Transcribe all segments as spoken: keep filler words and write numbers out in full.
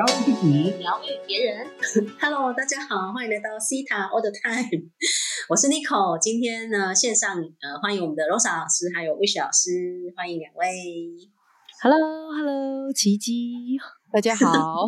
疗自己， 疗愈别人。Hello， 大家好，欢迎来到 Sita All the Time。我是 Nico， 今天呢线上呃欢迎我们的 Rosa 老师还有 Wish 老师，欢迎两位。 Hello Hello， 奇迹，大家好。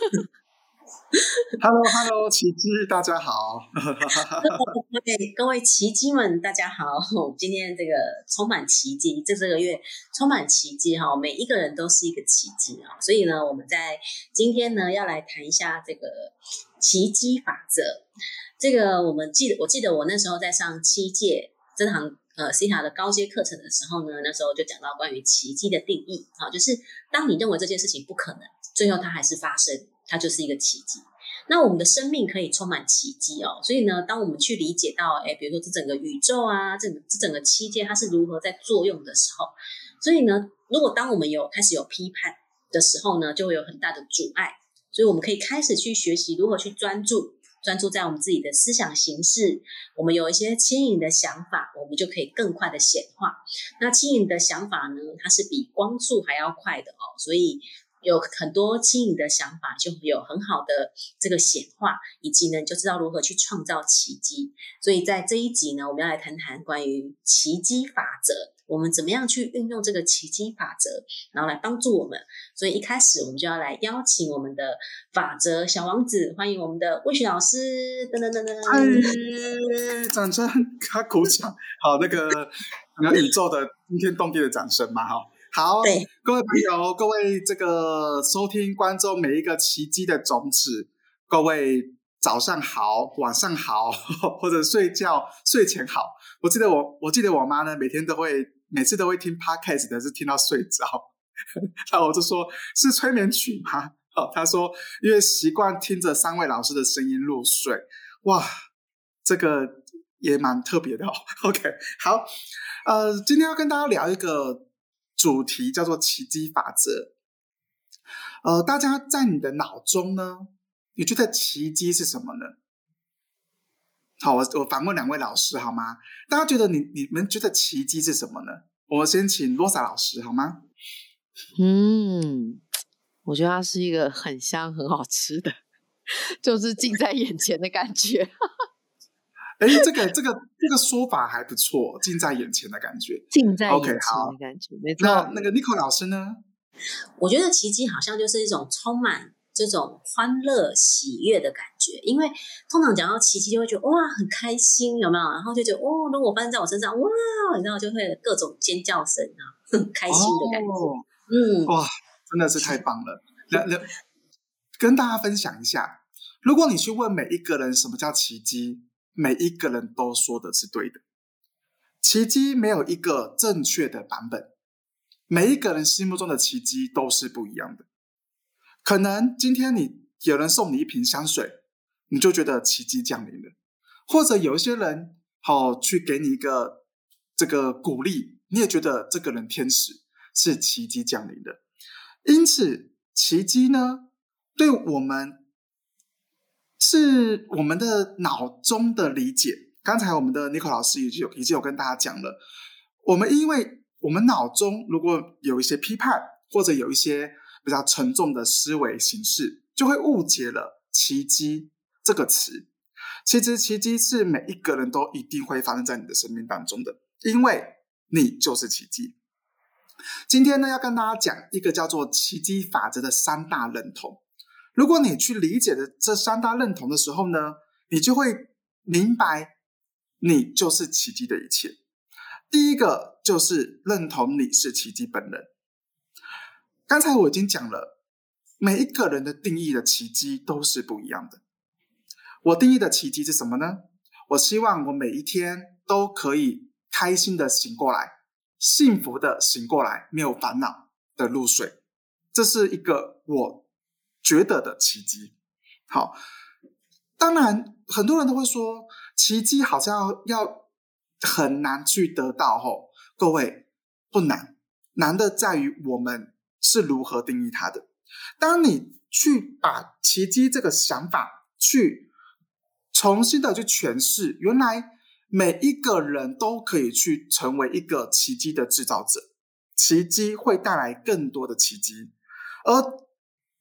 Hello Hello， 奇迹，大家好。 对，各位奇迹们，大家好。今天这个充满奇迹，这这个月充满奇迹哈，每一个人都是一个奇迹啊。所以呢，我们在今天呢要来谈一下这个奇迹法则。这个我们记得，我记得我那时候在上七届这堂呃 C 塔的高阶课程的时候呢，那时候就讲到关于奇迹的定义啊，就是当你认为这件事情不可能，最后它还是发生，它就是一个奇迹。那我们的生命可以充满奇迹哦，所以呢，当我们去理解到，哎，比如说这整个宇宙啊，这这整个七界它是如何在作用的时候，所以呢，如果当我们有开始有批判的时候呢，就会有很大的阻碍，所以我们可以开始去学习如何去专注，专注在我们自己的思想形式，我们有一些轻盈的想法，我们就可以更快的显化。那轻盈的想法呢，它是比光速还要快的哦，所以有很多轻盈的想法就有很好的这个显化，以及呢，你就知道如何去创造奇迹。所以在这一集呢，我们要来谈谈关于奇迹法则，我们怎么样去运用这个奇迹法则，然后来帮助我们。所以一开始我们就要来邀请我们的法则小王子，欢迎我们的魏雪老师，噔噔噔噔， 嗨，掌声，他鼓掌，好，那个整个宇宙的惊天动地的掌声嘛，哈。好，各位朋友，各位这个收听观众每一个奇迹的种子，各位早上好，晚上好，或者睡觉睡前好。我记得我我记得我妈呢，每天都会每次都会听 podcast 的，是听到睡着，然后我就说是催眠曲吗？好，她说因为习惯听着三位老师的声音入睡，哇，这个也蛮特别的哦。OK， 好，呃，今天要跟大家聊一个主题叫做奇迹法则。呃，大家在你的脑中呢，你觉得奇迹是什么呢？好，我我反问两位老师好吗？大家觉得你你们觉得奇迹是什么呢？我先请罗莎老师好吗？ 嗯，我觉得它是一个很香很好吃的，就是近在眼前的感觉。 哎，这个这个这个说法还不错，近在眼前的感觉， 近在眼前的感觉， okay, 没错。 那那个 Nico 老师呢？ 我觉得奇迹好像就是一种充满这种欢乐喜悦的感觉，因为通常讲到奇迹就会觉得哇很开心，有没有？然后就觉得哦，如果发生在我身上，哇，你知道就会有各种尖叫声啊，很开心的感觉。哦、 嗯，哇，真的是太棒了！那那跟大家分享一下，如果你去问每一个人什么叫奇迹，每一个人都说的是对的。奇迹没有一个正确的版本，每一个人心目中的奇迹都是不一样的。可能今天你有人送你一瓶香水，你就觉得奇迹降临了；或者有一些人好、哦、去给你一个这个鼓励，你也觉得这个人天使，是奇迹降临的。因此，奇迹呢，对我们是我们的脑中的理解。刚才我们的 Nico 老师已经有已经有跟大家讲了，我们因为我们脑中如果有一些批判，或者有一些比较沉重的思维形式，就会误解了奇迹这个词。其实奇迹是每一个人都一定会发生在你的生命当中的，因为你就是奇迹。今天呢，要跟大家讲一个叫做奇迹法则的三大认同。如果你去理解的这三大认同的时候呢，你就会明白你就是奇迹的一切。第一个就是认同你是奇迹本人。刚才我已经讲了，每一个人的定义的奇迹都是不一样的。我定义的奇迹是什么呢？我希望我每一天都可以开心的醒过来，幸福的醒过来，没有烦恼的入睡，这是一个我觉得的奇迹。好，当然很多人都会说奇迹好像要, 要很难去得到、哦、各位不难，难的在于我们是如何定义它的。当你去把奇迹这个想法去重新的去诠释，原来每一个人都可以去成为一个奇迹的制造者，奇迹会带来更多的奇迹，而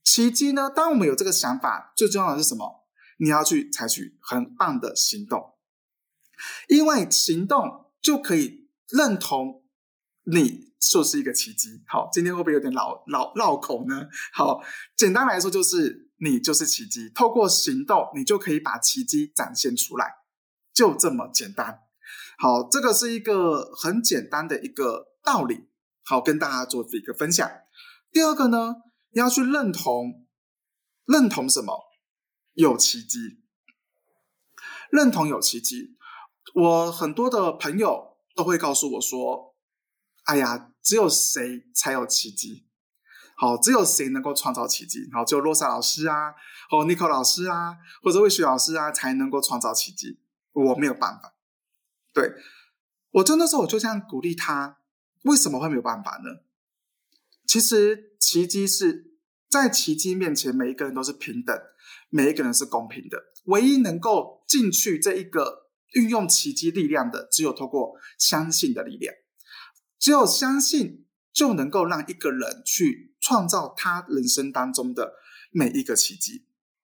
奇迹呢，当我们有这个想法，最重要的是什么？你要去采取很棒的行动，因为行动就可以认同你就是一个奇迹。好，今天会不会有点绕绕绕口呢？好，简单来说就是你就是奇迹，透过行动你就可以把奇迹展现出来，就这么简单。好，这个是一个很简单的一个道理，好，跟大家做一个分享。第二个呢，要去认同认同什么？有奇迹，认同有奇迹。我很多的朋友都会告诉我说，哎呀，只有谁才有奇迹，好，只有谁能够创造奇迹，好，只有洛莎老师啊，或 Nico 老师啊，或者魏雪老师啊，才能够创造奇迹，我没有办法。对，我就那时候我就这样鼓励他，为什么会没有办法呢？其实奇迹是在奇迹面前，每一个人都是平等，每一个人是公平的，唯一能够进去这一个运用奇迹力量的，只有透过相信的力量。只有相信就能够让一个人去创造他人生当中的每一个奇迹。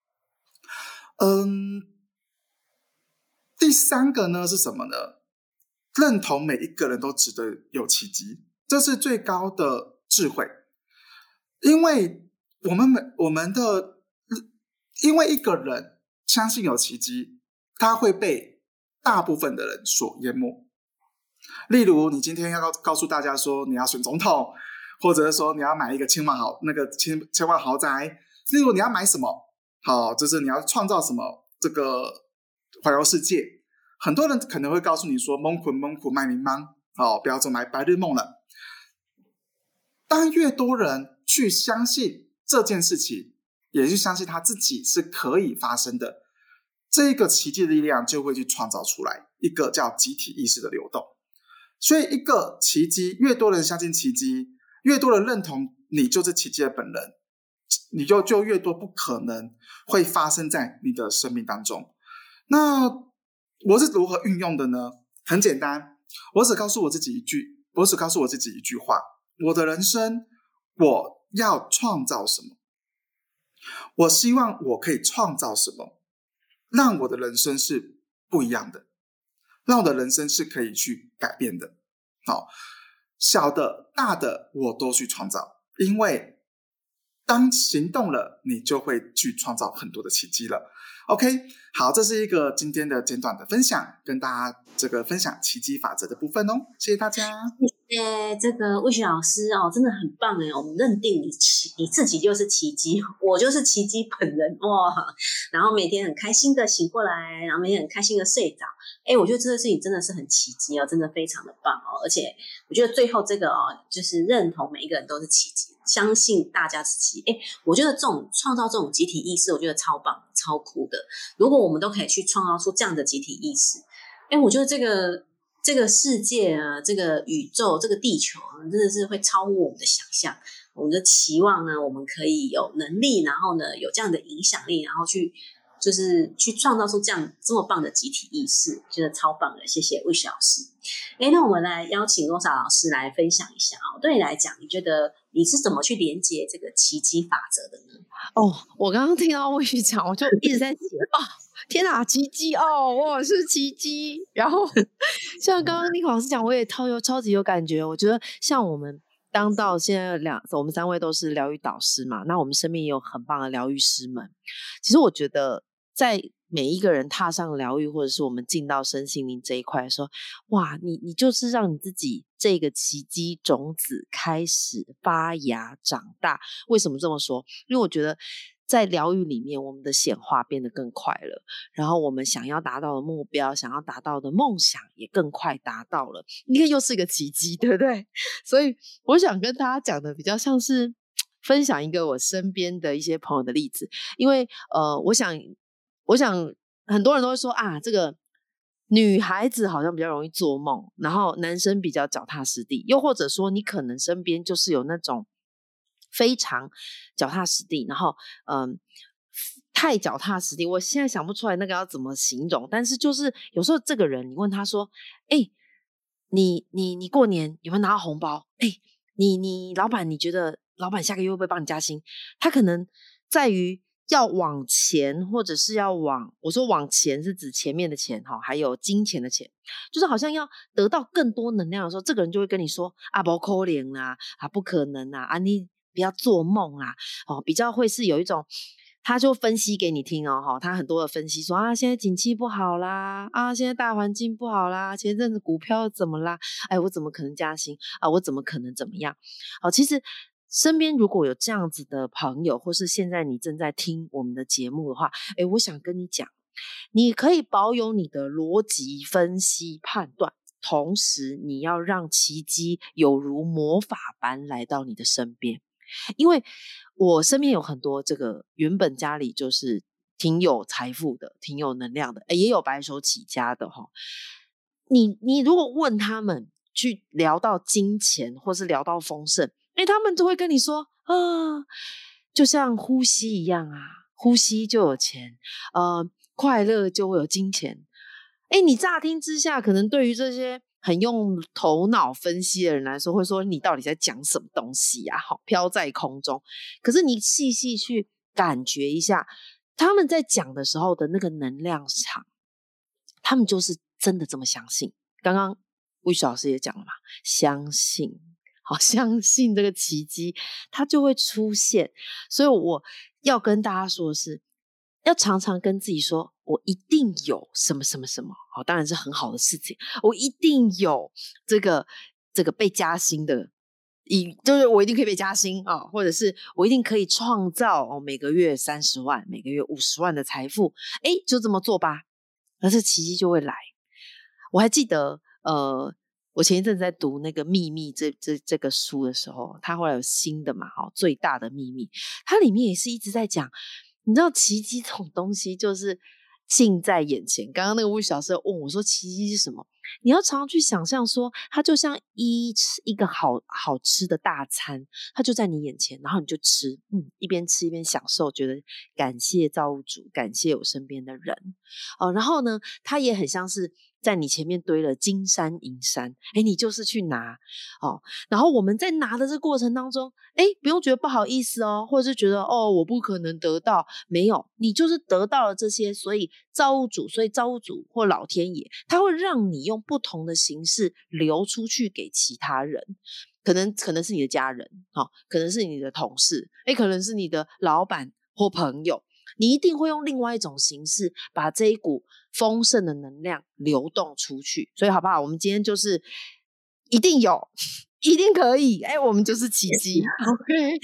嗯，第三个呢是什么呢？认同每一个人都值得有奇迹，这是最高的智慧。因为我们我们的因为一个人相信有奇迹，他会被大部分的人所淹没。例如你今天要告诉大家说你要选总统，或者是说你要买一个千万豪那个千千万豪宅，例如你要买什么，好，就是你要创造什么这个环游世界，很多人可能会告诉你说蒙捆蒙苦卖民忙，好，不要做买白日梦了。当越多人去相信这件事情，也去相信他自己是可以发生的，这个奇迹的力量就会去创造出来一个叫集体意识的流动。所以一个奇迹，越多人相信奇迹，越多人认同你就是奇迹的本人，你就就越多不可能会发生在你的生命当中。那我是如何运用的呢？很简单，我只告诉我自己一句，我只告诉我自己一句话：我的人生，我要创造什么？我希望我可以创造什么，让我的人生是不一样的，让我的人生是可以去改变的。好，小的大的我都去创造，因为当行动了，你就会去创造很多的奇迹了。 OK， 好，这是一个今天的简短的分享，跟大家这个分享奇迹法则的部分哦，谢谢大家。 谢谢这个魏雪老师哦，真的很棒哎！我们认定你奇你自己就是奇迹，我就是奇迹本人哇！然后每天很开心的醒过来，然后每天很开心的睡着。哎，我觉得这个事情真的是很奇迹哦，真的非常的棒哦！而且我觉得最后这个哦，就是认同每一个人都是奇迹，相信大家是奇迹。哎，我觉得这种创造这种集体意识，我觉得超棒、超酷的。如果我们都可以去创造出这样的集体意识，哎，我觉得这个。这个世界啊，这个宇宙，这个地球啊，真的是会超乎我们的想象。我们就期望呢，我们可以有能力，然后呢，有这样的影响力，然后去就是去创造出这样这么棒的集体意识，觉得超棒的。谢谢魏雪老师。诶，那我们来邀请罗莎老师来分享一下哦。对你来讲，你觉得你是怎么去连接这个奇迹法则的呢？ 哦，我刚刚听到魏雪讲，我就一直在写啊。天哪，奇迹哦，我是奇迹。然后像刚刚Nico老师讲，我也超有超级有感觉。我觉得像我们当到现在两，我们三位都是疗愈导师嘛，那我们身边也有很棒的疗愈师们。其实我觉得在每一个人踏上疗愈，或者是我们进到身心灵这一块的时候，哇，你你就是让你自己这个奇迹种子开始发芽长大。为什么这么说？因为我觉得在疗愈里面，我们的显化变得更快了，然后我们想要达到的目标，想要达到的梦想也更快达到了。你看，又是一个奇迹，对不对？所以我想跟大家讲的比较像是分享一个我身边的一些朋友的例子，因为呃，我想，我想很多人都会说啊，这个女孩子好像比较容易做梦，然后男生比较脚踏实地，又或者说你可能身边就是有那种非常脚踏实地，然后嗯，太脚踏实地，我现在想不出来那个要怎么形容，但是就是有时候这个人你问他说，哎，你你你过年有没有拿到红包？哎，你你老板你觉得老板下个月会不会帮你加薪？他可能在于要往前，或者是要往，我说往前是指前面的钱，还有金钱的钱，就是好像要得到更多能量的时候，这个人就会跟你说啊不可能啦，啊不可能啦，啊你不要做梦啦，哦，比较会是有一种，他就分析给你听哦，他很多的分析说啊，现在景气不好啦，啊，现在大环境不好啦，前阵子股票怎么啦？哎，我怎么可能加薪啊？我怎么可能怎么样？好，其实身边如果有这样子的朋友，或是现在你正在听我们的节目的话，哎，我想跟你讲，你可以保有你的逻辑分析判断，同时你要让奇迹有如魔法般来到你的身边。因为我身边有很多这个原本家里就是挺有财富的，挺有能量的，也有白手起家的齁。你你如果问他们去聊到金钱或是聊到丰盛，诶他们就会跟你说啊，就像呼吸一样啊，呼吸就有钱，呃，快乐就会有金钱。诶你乍听之下可能对于这些很用头脑分析的人来说，会说你到底在讲什么东西啊？好，飘在空中。可是你细细去感觉一下，他们在讲的时候的那个能量场，他们就是真的这么相信。刚刚魏雪老师也讲了嘛，相信，好，相信这个奇迹，它就会出现。所以我要跟大家说的是，要常常跟自己说，我一定有什么什么什么，好，当然是很好的事情，我一定有这个这个被加薪的，以就是我一定可以被加薪啊，或者是我一定可以创造哦每个月三十万，每个月五十万的财富，诶就这么做吧，而是奇迹就会来。我还记得呃我前一阵在读那个秘密这这这个书的时候，它后来有新的嘛，哦，最大的秘密，它里面也是一直在讲，你知道奇迹这种东西就是近在眼前。刚刚那个魏小师问我说奇迹是什么，你要常常去想象说它就像一一个好好吃的大餐，它就在你眼前，然后你就吃，嗯，一边吃一边享受，觉得感谢造物主，感谢我身边的人，哦，然后呢它也很像是在你前面堆了金山银山，诶你就是去拿哦，然后我们在拿的这个过程当中，诶不用觉得不好意思哦，或者是觉得哦我不可能得到，没有，你就是得到了这些，所以造物主，所以造物主或老天爷，他会让你用不同的形式流出去给其他人，可能可能是你的家人，哦，可能是你的同事，诶可能是你的老板或朋友，你一定会用另外一种形式把这一股丰盛的能量流动出去。所以好不好，我们今天就是一定有一定可以，哎，我们就是奇迹。OK，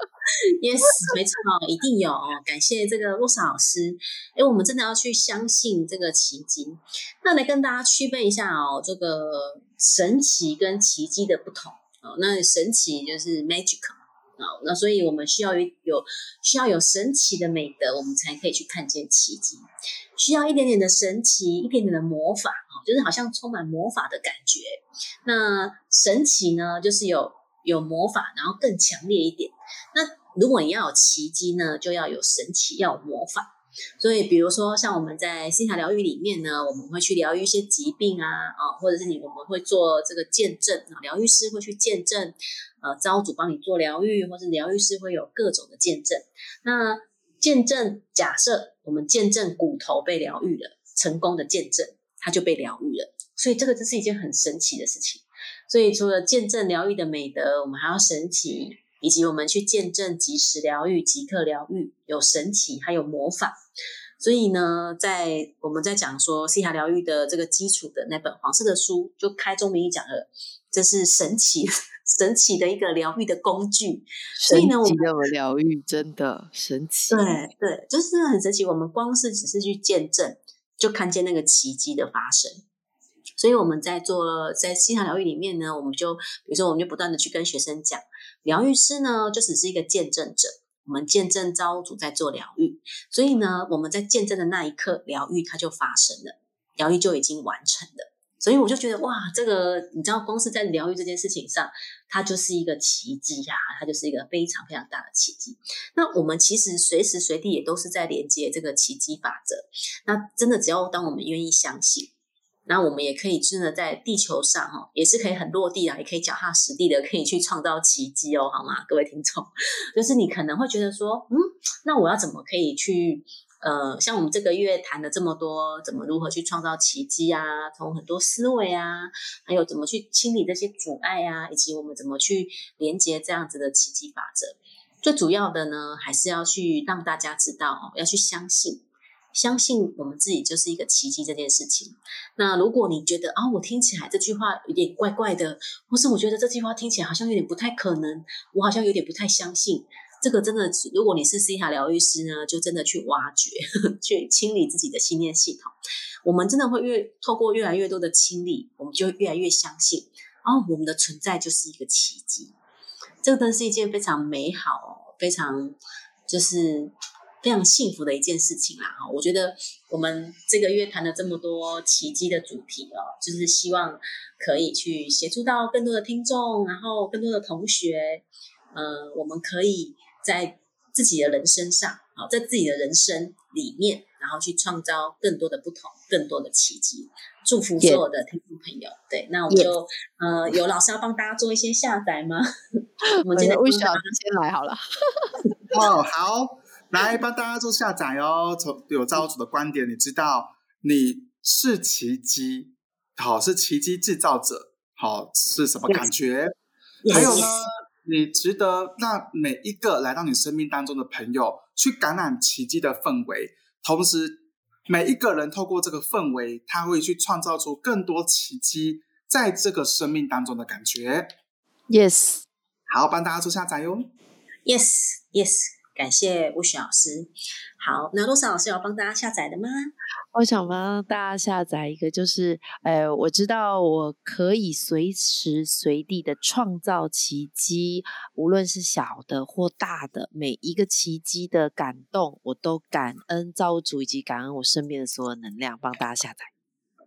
Yes， 没错，一定有。感谢这个洛莎老师。哎，我们真的要去相信这个奇迹。那来跟大家区分一下哦，这个神奇跟奇迹的不同。哦，那神奇就是 magical。哦，那所以我们需要有有需要有神奇的美德，我们才可以去看见奇迹。需要一点点的神奇，一点点的魔法，就是好像充满魔法的感觉。那神奇呢，就是有有魔法，然后更强烈一点。那如果你要有奇迹呢，就要有神奇，要有魔法。所以比如说像我们在心塔疗愈里面呢，我们会去疗愈一些疾病啊，啊或者是你我们会做这个见证，疗愈师会去见证，呃，造物主帮你做疗愈，或是疗愈师会有各种的见证。那见证，假设我们见证骨头被疗愈了，成功的见证，它就被疗愈了。所以这个就是一件很神奇的事情。所以除了见证疗愈的美德，我们还要神奇，以及我们去见证即时疗愈、即刻疗愈，有神奇还有魔法。所以呢，在我们在讲说西塔疗愈的这个基础的那本黄色的书，就开宗明义讲了，这是神奇神奇的一个疗愈的工具。所以呢， 神奇的疗愈真的神奇， 对对，就是很神奇。我们光是只是去见证，就看见那个奇迹的发生。所以我们在做在西塔疗愈里面呢，我们就比如说我们就不断的去跟学生讲，疗愈师呢就只是一个见证者，我们见证造物主在做疗愈。所以呢，我们在见证的那一刻，疗愈它就发生了，疗愈就已经完成了。所以我就觉得哇，这个你知道，光是在疗愈这件事情上，它就是一个奇迹呀、啊，它就是一个非常非常大的奇迹。那我们其实随时随地也都是在连接这个奇迹法则。那真的只要当我们愿意相信， 那我们也可以真的在地球上哦，也是可以很落地啊，也可以脚踏实地的，可以去创造奇迹哦，好吗？各位听众，就是你可能会觉得说，嗯，那我要怎么可以去呃，像我们这个月谈了这么多，怎么如何去创造奇迹啊？从很多思维啊，还有怎么去清理这些阻碍啊，以及我们怎么去连接这样子的奇迹法则。最主要的呢，还是要去让大家知道哦，要去相信。相信我们自己就是一个奇迹这件事情。那如果你觉得啊、哦，我听起来这句话有点怪怪的，或是我觉得这句话听起来好像有点不太可能，我好像有点不太相信，这个真的，如果你是西塔疗愈师呢，就真的去挖掘，去清理自己的信念系统。我们真的会越透过越来越多的清理，我们就越来越相信，哦，我们的存在就是一个奇迹。这个真的是一件非常美好，非常就是非常幸福的一件事情啦。我觉得我们这个月谈了这么多奇迹的主题哦，就是希望可以去协助到更多的听众，然后更多的同学，呃，我们可以在自己的人生上，在自己的人生里面，然后去创造更多的不同，更多的奇迹。祝福所有的听众朋友。Yeah. 对，那我们就、yeah. 呃，有老师要帮大家做一些下载吗？我们今天魏老师先来好了。 哦，好，来帮大家做下载哦。从有造物主的观点，你知道你是奇迹，好，是奇迹制造者，好，是什么感觉？ Yes. 还有呢？Yes.你值得让每一个来到你生命当中的朋友去感染奇迹的氛围，同时每一个人透过这个氛围，他会去创造出更多奇迹在这个生命当中的感觉。 Yes， 好，帮大家做下载哟。 Yes Yes， 感谢巫许老师。好，那洛莎老师有帮大家下载的吗？ 我想帮大家下载一个，就是呃，我知道我可以随时随地的创造奇迹，无论是小的或大的，每一个奇迹的感动，我都感恩造物主以及感恩我身边的所有能量，帮大家下载。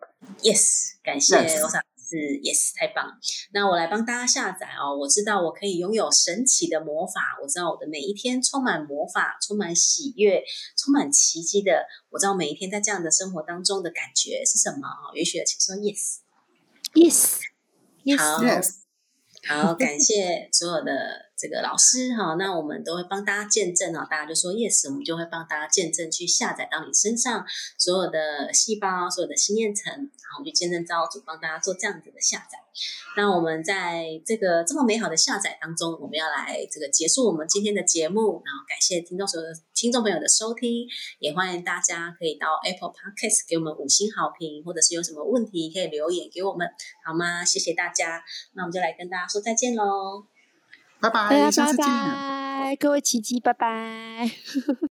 Yes， 感谢洛莎。是 yes， 太棒了。那我来帮大家下载哦。我知道我可以拥有神奇的魔法，我知道我的每一天充满魔法，充满喜悦，充满奇迹的。我知道每一天在这样的生活当中的感觉是什么。也许请说 yes yes yes 好 yes 好，感谢所有的这个老师哈，那我们都会帮大家见证哦，大家就说 yes， 我们就会帮大家见证，去下载到你身上所有的细胞，所有的心念层，然后我们就见证造物主帮大家做这样子的下载。那我们在这个这么美好的下载当中，我们要来这个结束我们今天的节目，然后感谢听众所有的听众朋友的收听，也欢迎大家可以到 Apple Podcast 给我们五星好评，或者是有什么问题可以留言给我们，好吗？谢谢大家，那我们就来跟大家说再见咯。 拜拜，下次见。 拜拜，各位奇迹，拜拜。